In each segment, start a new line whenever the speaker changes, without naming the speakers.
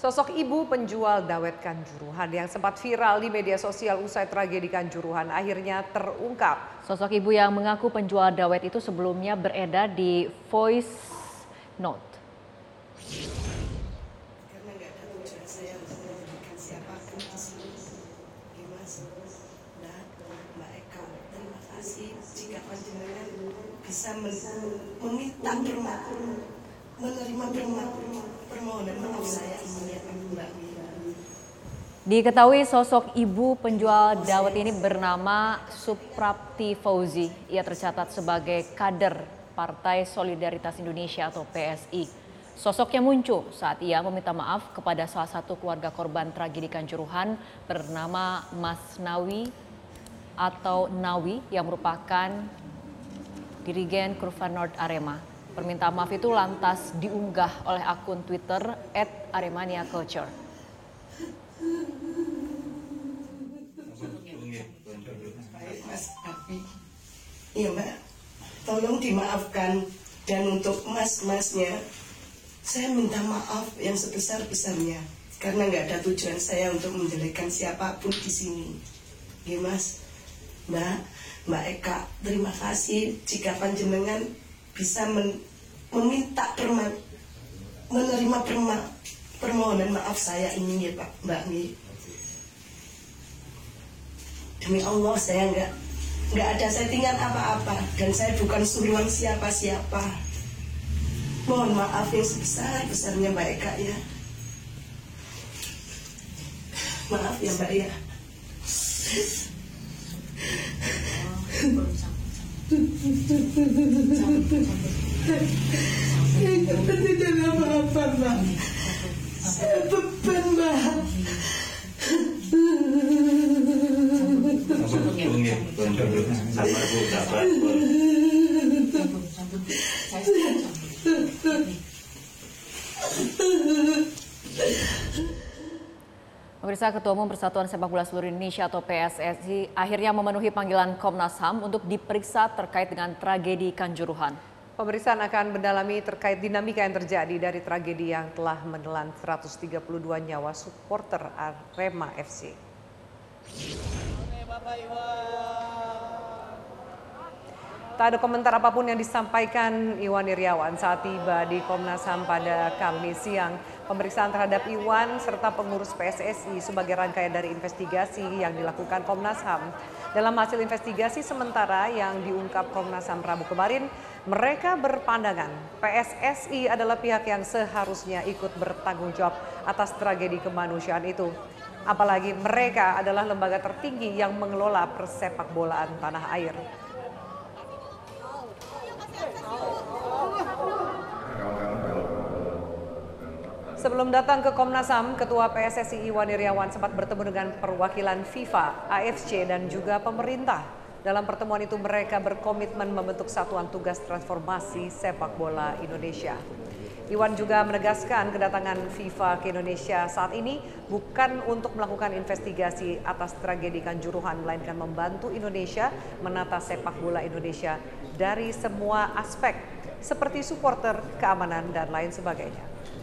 Sosok ibu penjual dawet Kanjuruhan yang sempat viral di media sosial usai tragedi Kanjuruhan akhirnya terungkap.
Sosok ibu yang mengaku penjual dawet itu sebelumnya beredar di voice note.
Karena nggak ada tujuan saya untuk memberikan siapapun di sini. Mas, Mbak Eka, terima kasih jika panjenengan bisa meminta menerima permohonan maaf saya ini ya Mbak.
Diketahui sosok ibu penjual dawet ini bernama Suprapti Fauzi. Ia tercatat sebagai kader Partai Solidaritas Indonesia atau PSI. Sosoknya muncul saat ia meminta maaf kepada salah satu keluarga korban tragedi Kanjuruhan bernama Mas Nawi atau Nawi yang merupakan dirigen Kurva Nord Arema. Permintaan maaf itu lantas diunggah oleh akun Twitter @aremaniaculture.
Mas Afi, iya Mbak, tolong dimaafkan dan untuk mas-masnya saya minta maaf yang sebesar-besarnya karena nggak ada tujuan saya untuk menjelekkan siapapun di sini. Iya Mas, Mbak Eka, terima kasih jika panjenengan bisa meminta menerima permohonan maaf saya ini ya Pak, Mbak Mi. Demi Allah saya nggak ada settingan apa-apa dan saya bukan suruhan siapa-siapa. Mohon maaf yang sebesar-besarnya Mbak Eka ya. Maaf ya Mbak ya. Tidak apa-apa Mbak. Saya beban Mbak.
Pemirsa, Ketua Umum Persatuan Sepak Bola Seluruh Indonesia atau PSSI akhirnya memenuhi panggilan Komnas HAM untuk diperiksa terkait dengan tragedi Kanjuruhan.
Pemeriksaan akan mendalami terkait dinamika yang terjadi dari tragedi yang telah menelan 132 nyawa supporter Arema FC. Tak ada komentar apapun yang disampaikan Iwan Iryawan saat tiba di Komnas HAM pada Kamis siang. Pemeriksaan terhadap Iwan serta pengurus PSSI sebagai rangkaian dari investigasi yang dilakukan Komnas HAM. Dalam hasil investigasi sementara yang diungkap Komnas HAM Rabu kemarin, mereka berpandangan PSSI adalah pihak yang seharusnya ikut bertanggung jawab atas tragedi kemanusiaan itu. Apalagi mereka adalah lembaga tertinggi yang mengelola persepak bolaan tanah air. Sebelum datang ke Komnas HAM, Ketua PSSI Iwan Iryawan sempat bertemu dengan perwakilan FIFA, AFC, dan juga pemerintah. Dalam pertemuan itu mereka berkomitmen membentuk satuan tugas transformasi sepak bola Indonesia. Iwan juga menegaskan kedatangan FIFA ke Indonesia saat ini bukan untuk melakukan investigasi atas tragedi Kanjuruhan, melainkan membantu Indonesia menata sepak bola Indonesia dari semua aspek, seperti supporter, keamanan, dan lain sebagainya.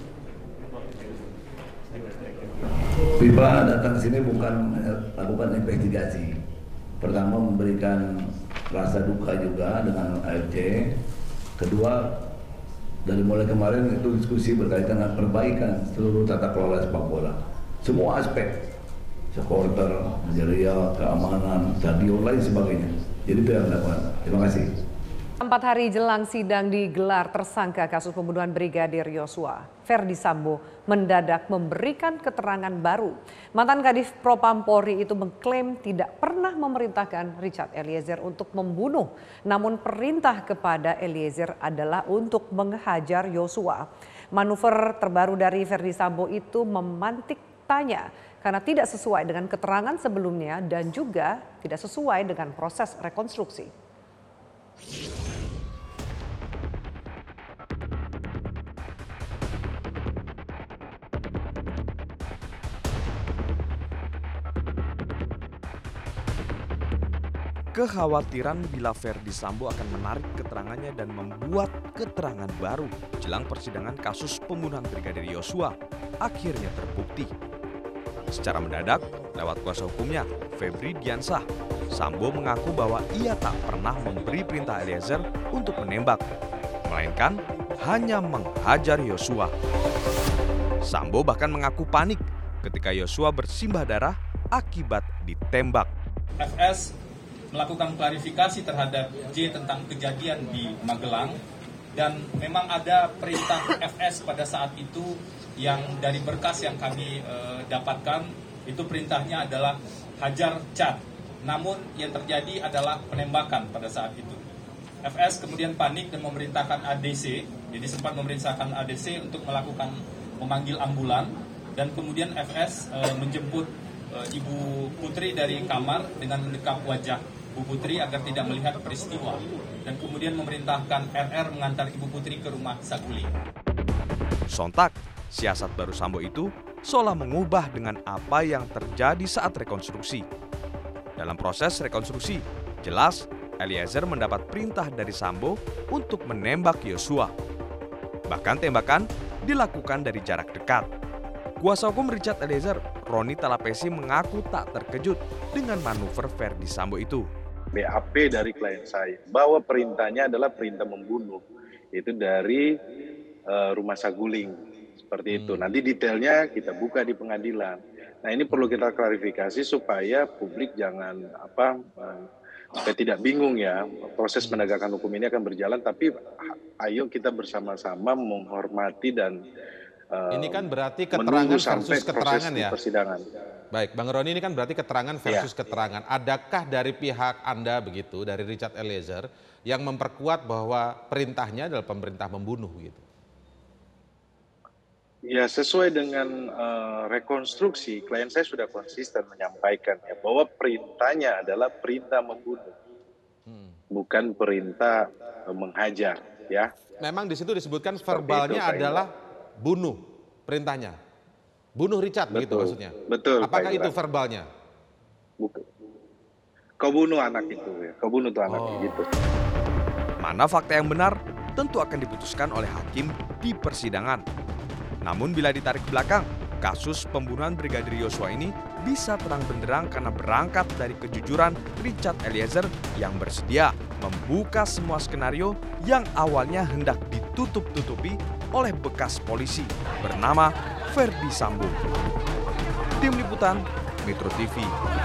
FIFA datang ke sini bukan lakukan investigasi. Pertama memberikan rasa duka juga dengan AFC. Kedua, dari mulai kemarin itu diskusi berkaitan dengan perbaikan seluruh tata kelola sepak bola. Semua aspek, supporter, manajerial, keamanan, stadion, lain sebagainya. Jadi itu yang dilakukan. Terima kasih.
4 hari jelang sidang digelar, tersangka kasus pembunuhan Brigadir Yosua, Ferdi Sambo, mendadak memberikan keterangan baru. Mantan Kadif Propam Polri itu mengklaim tidak pernah memerintahkan Richard Eliezer untuk membunuh. Namun perintah kepada Eliezer adalah untuk menghajar Yosua. Manuver terbaru dari Ferdi Sambo itu memantik tanya karena tidak sesuai dengan keterangan sebelumnya dan juga tidak sesuai dengan proses rekonstruksi.
kekhawatiran bila Ferdi Sambo akan menarik keterangannya dan membuat keterangan baru jelang persidangan kasus pembunuhan Brigadir Yosua akhirnya terbukti. Secara mendadak, lewat kuasa hukumnya, Febri Diansah, Sambo mengaku bahwa ia tak pernah memberi perintah Eliezer untuk menembak, melainkan hanya menghajar Yosua. Sambo bahkan mengaku panik ketika Yosua bersimbah darah akibat ditembak.
FS melakukan klarifikasi terhadap J tentang kejadian di Magelang, dan memang ada perintah FS pada saat itu yang dari berkas yang kami dapatkan, itu perintahnya adalah hajar cat. Namun yang terjadi adalah penembakan pada saat itu. FS kemudian panik dan memerintahkan ADC, jadi sempat memerintahkan ADC untuk memanggil ambulan, dan kemudian FS menjemput Ibu Putri dari kamar dengan mendekap wajah Ibu Putri agar tidak melihat peristiwa, dan kemudian memerintahkan RR mengantar Ibu Putri ke rumah Saguling.
Sontak, siasat baru Sambo itu seolah mengubah dengan apa yang terjadi saat rekonstruksi. Dalam proses rekonstruksi, jelas Eliezer mendapat perintah dari Sambo untuk menembak Yosua. Bahkan tembakan dilakukan dari jarak dekat. Kuasa hukum Richard Eliezer, Roni Talapesi, mengaku tak terkejut dengan manuver Ferdi Sambo itu.
BAP dari klien saya bahwa perintahnya adalah perintah membunuh, itu dari rumah Saguling, seperti itu. Nanti detailnya kita buka di pengadilan. Nah, ini perlu kita klarifikasi supaya publik jangan supaya tidak bingung ya. Proses penegakan hukum ini akan berjalan, tapi ayo kita bersama-sama menghormati dan
ini kan berarti keterangan versus keterangan ya.
Persidangan.
Baik, Bang Roni, ini kan berarti keterangan versus keterangan. Adakah dari pihak Anda begitu, dari Richard Eliezer, yang memperkuat bahwa perintahnya adalah pemerintah membunuh gitu?
Ya, sesuai dengan rekonstruksi, klien saya sudah konsisten menyampaikan ya, bahwa perintahnya adalah perintah membunuh, bukan perintah menghajar. Ya.
Memang di situ disebutkan verbalnya adalah bunuh perintahnya, bunuh Richard, begitu maksudnya.
Betul.
Apakah itu verbalnya?
Bukan. Kau bunuh anak itu, ya. Kau bunuh tuh anaknya gitu.
Mana fakta yang benar tentu akan diputuskan oleh hakim di persidangan. Namun bila ditarik ke belakang, kasus pembunuhan Brigadir Yosua ini bisa terang benderang karena berangkat dari kejujuran Richard Eliezer yang bersedia membuka semua skenario yang awalnya hendak ditutup-tutupi oleh bekas polisi bernama Ferdi Sambo. Tim Liputan Metro TV.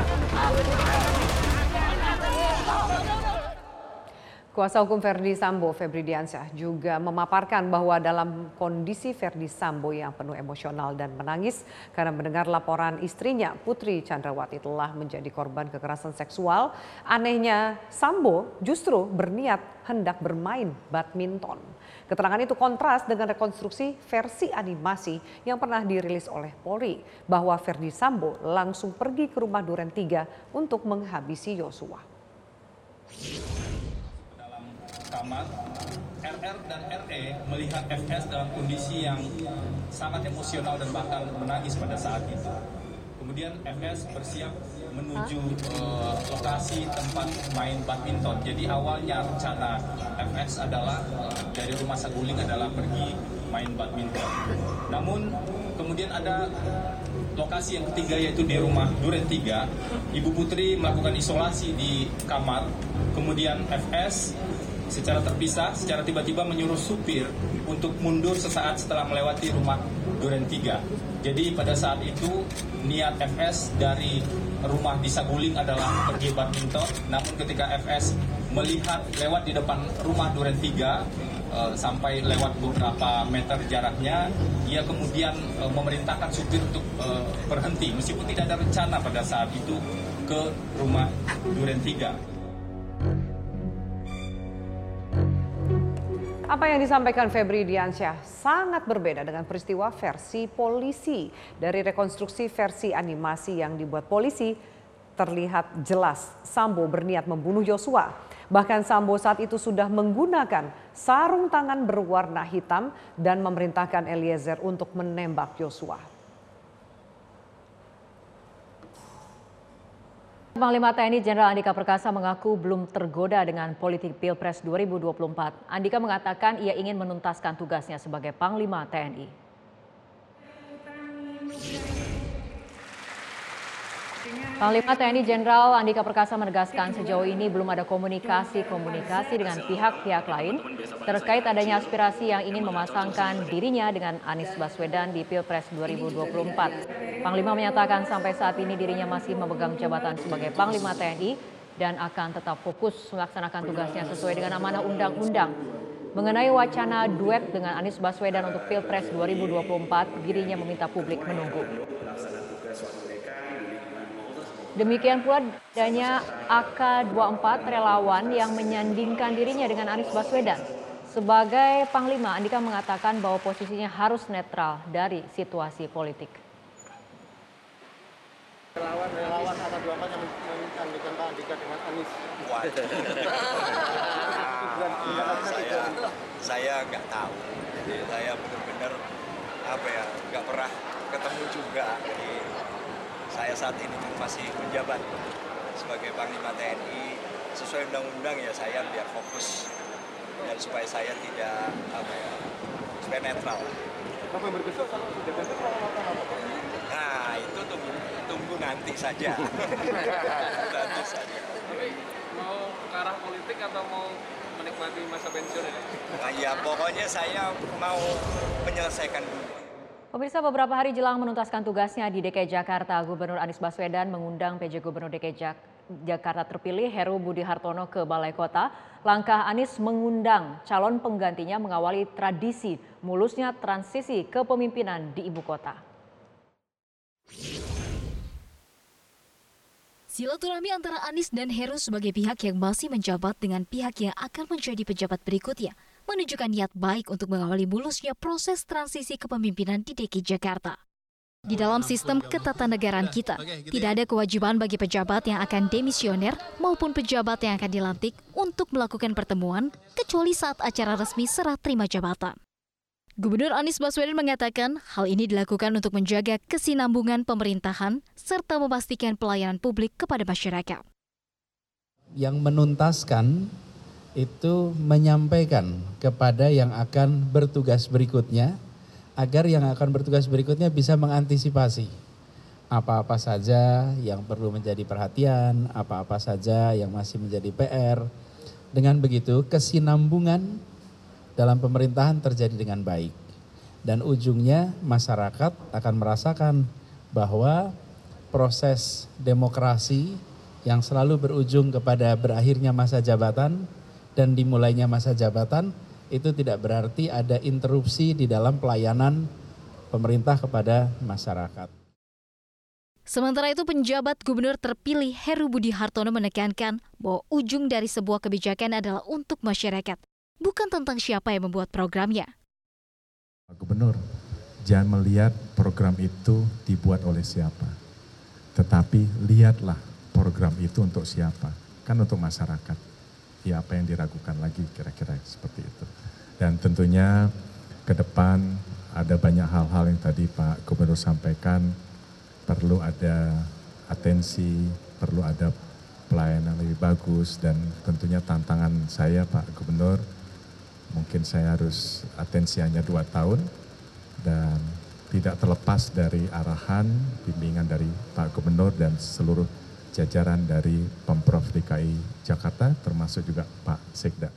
Kuasa hukum Ferdi Sambo, Febri Diansyah, juga memaparkan bahwa dalam kondisi Ferdi Sambo yang penuh emosional dan menangis karena mendengar laporan istrinya, Putri Chandrawati, telah menjadi korban kekerasan seksual, anehnya Sambo justru berniat hendak bermain badminton. Keterangan itu kontras dengan rekonstruksi versi animasi yang pernah dirilis oleh Polri, bahwa Ferdi Sambo langsung pergi ke rumah Duren 3 untuk menghabisi Yosua.
Kamar, RR dan RE melihat FS dalam kondisi yang sangat emosional dan bahkan menangis pada saat itu. Kemudian FS bersiap menuju lokasi tempat main badminton. Jadi awalnya rencana FS adalah dari rumah Saguling adalah pergi main badminton. Namun kemudian ada lokasi yang ketiga, yaitu di rumah Duren 3. Ibu Putri melakukan isolasi di kamar. Kemudian FS secara terpisah, secara tiba-tiba menyuruh supir untuk mundur sesaat setelah melewati rumah Duren 3. Jadi pada saat itu niat FS dari rumah di Saguling adalah pergi badminton. Namun ketika FS melihat lewat di depan rumah Duren 3 sampai lewat beberapa meter jaraknya, ia kemudian memerintahkan supir untuk berhenti meskipun tidak ada rencana pada saat itu ke rumah Duren 3.
Apa yang disampaikan Febri Diansyah sangat berbeda dengan peristiwa versi polisi. Dari rekonstruksi versi animasi yang dibuat polisi, terlihat jelas Sambo berniat membunuh Yosua. Bahkan Sambo saat itu sudah menggunakan sarung tangan berwarna hitam dan memerintahkan Eliezer untuk menembak Yosua.
Panglima TNI Jenderal Andika Perkasa mengaku belum tergoda dengan politik Pilpres 2024. Andika mengatakan ia ingin menuntaskan tugasnya sebagai Panglima TNI. Panglima TNI Jenderal Andika Perkasa menegaskan sejauh ini belum ada komunikasi dengan pihak-pihak lain terkait adanya aspirasi yang ingin memasangkan dirinya dengan Anies Baswedan di Pilpres 2024. Panglima menyatakan sampai saat ini dirinya masih memegang jabatan sebagai Panglima TNI dan akan tetap fokus melaksanakan tugasnya sesuai dengan amanah undang-undang. Mengenai wacana duet dengan Anies Baswedan untuk Pilpres 2024, dirinya meminta publik menunggu. Demikian pula adanya AK24 relawan yang menyandingkan dirinya dengan Anies Baswedan. Sebagai Panglima, Andika mengatakan bahwa posisinya harus netral dari situasi politik.
Relawan AK24 yang menyandingkan Pak Andika dengan Anies.
Saya nggak tahu. Jadi saya benar-benar nggak pernah ketemu juga. Jadi saya saat ini masih menjabat sebagai Panglima TNI sesuai undang-undang ya, saya biar fokus dan supaya saya tidak supaya netral.
Apa yang berkesan kalau sudah netral apa?
Nah itu tunggu nanti saja. Nanti saja.
Tapi mau ke arah politik atau mau menikmati masa pensiun ini?
Nah ya pokoknya saya mau menyelesaikan dulu.
Pemirsa, beberapa hari jelang menuntaskan tugasnya di DKI Jakarta, Gubernur Anies Baswedan mengundang PJ Gubernur DKI Jakarta terpilih Heru Budi Hartono ke Balai Kota. Langkah Anies mengundang calon penggantinya mengawali tradisi mulusnya transisi kepemimpinan di ibu kota.
Silaturahmi antara Anies dan Heru sebagai pihak yang masih menjabat dengan pihak yang akan menjadi pejabat berikutnya menunjukkan niat baik untuk mengawali mulusnya proses transisi kepemimpinan di DKI Jakarta. Di dalam sistem ketatanegaraan kita, tidak ada kewajiban bagi pejabat yang akan demisioner maupun pejabat yang akan dilantik untuk melakukan pertemuan kecuali saat acara resmi serah terima jabatan. Gubernur Anies Baswedan mengatakan hal ini dilakukan untuk menjaga kesinambungan pemerintahan serta memastikan pelayanan publik kepada masyarakat.
Yang menuntaskan itu menyampaikan kepada yang akan bertugas berikutnya agar yang akan bertugas berikutnya bisa mengantisipasi apa-apa saja yang perlu menjadi perhatian, apa-apa saja yang masih menjadi PR. Dengan begitu kesinambungan dalam pemerintahan terjadi dengan baik dan ujungnya masyarakat akan merasakan bahwa proses demokrasi yang selalu berujung kepada berakhirnya masa jabatan dan dimulainya masa jabatan itu tidak berarti ada interupsi di dalam pelayanan pemerintah kepada masyarakat.
Sementara itu penjabat gubernur terpilih Heru Budi Hartono menekankan bahwa ujung dari sebuah kebijakan adalah untuk masyarakat, bukan tentang siapa yang membuat programnya.
Gubernur, jangan melihat program itu dibuat oleh siapa, tetapi lihatlah program itu untuk siapa, kan untuk masyarakat. Ya apa yang diragukan lagi kira-kira seperti itu. Dan tentunya ke depan ada banyak hal-hal yang tadi Pak Gubernur sampaikan, perlu ada atensi, perlu ada pelayanan lebih bagus dan tentunya tantangan saya Pak Gubernur, mungkin saya harus atensi hanya 2 tahun dan tidak terlepas dari arahan, bimbingan dari Pak Gubernur dan seluruh jajaran dari Pemprov DKI Jakarta, termasuk juga Pak Sekda.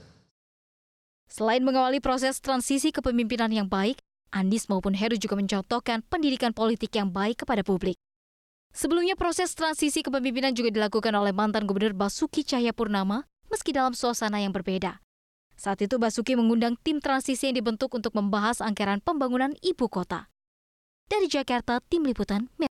Selain mengawali proses transisi kepemimpinan yang baik, Anies maupun Heru juga mencontohkan pendidikan politik yang baik kepada publik. Sebelumnya proses transisi kepemimpinan juga dilakukan oleh mantan Gubernur Basuki Cahayapurnama, meski dalam suasana yang berbeda. Saat itu Basuki mengundang tim transisi yang dibentuk untuk membahas anggaran pembangunan ibu kota. Dari Jakarta, Tim Liputan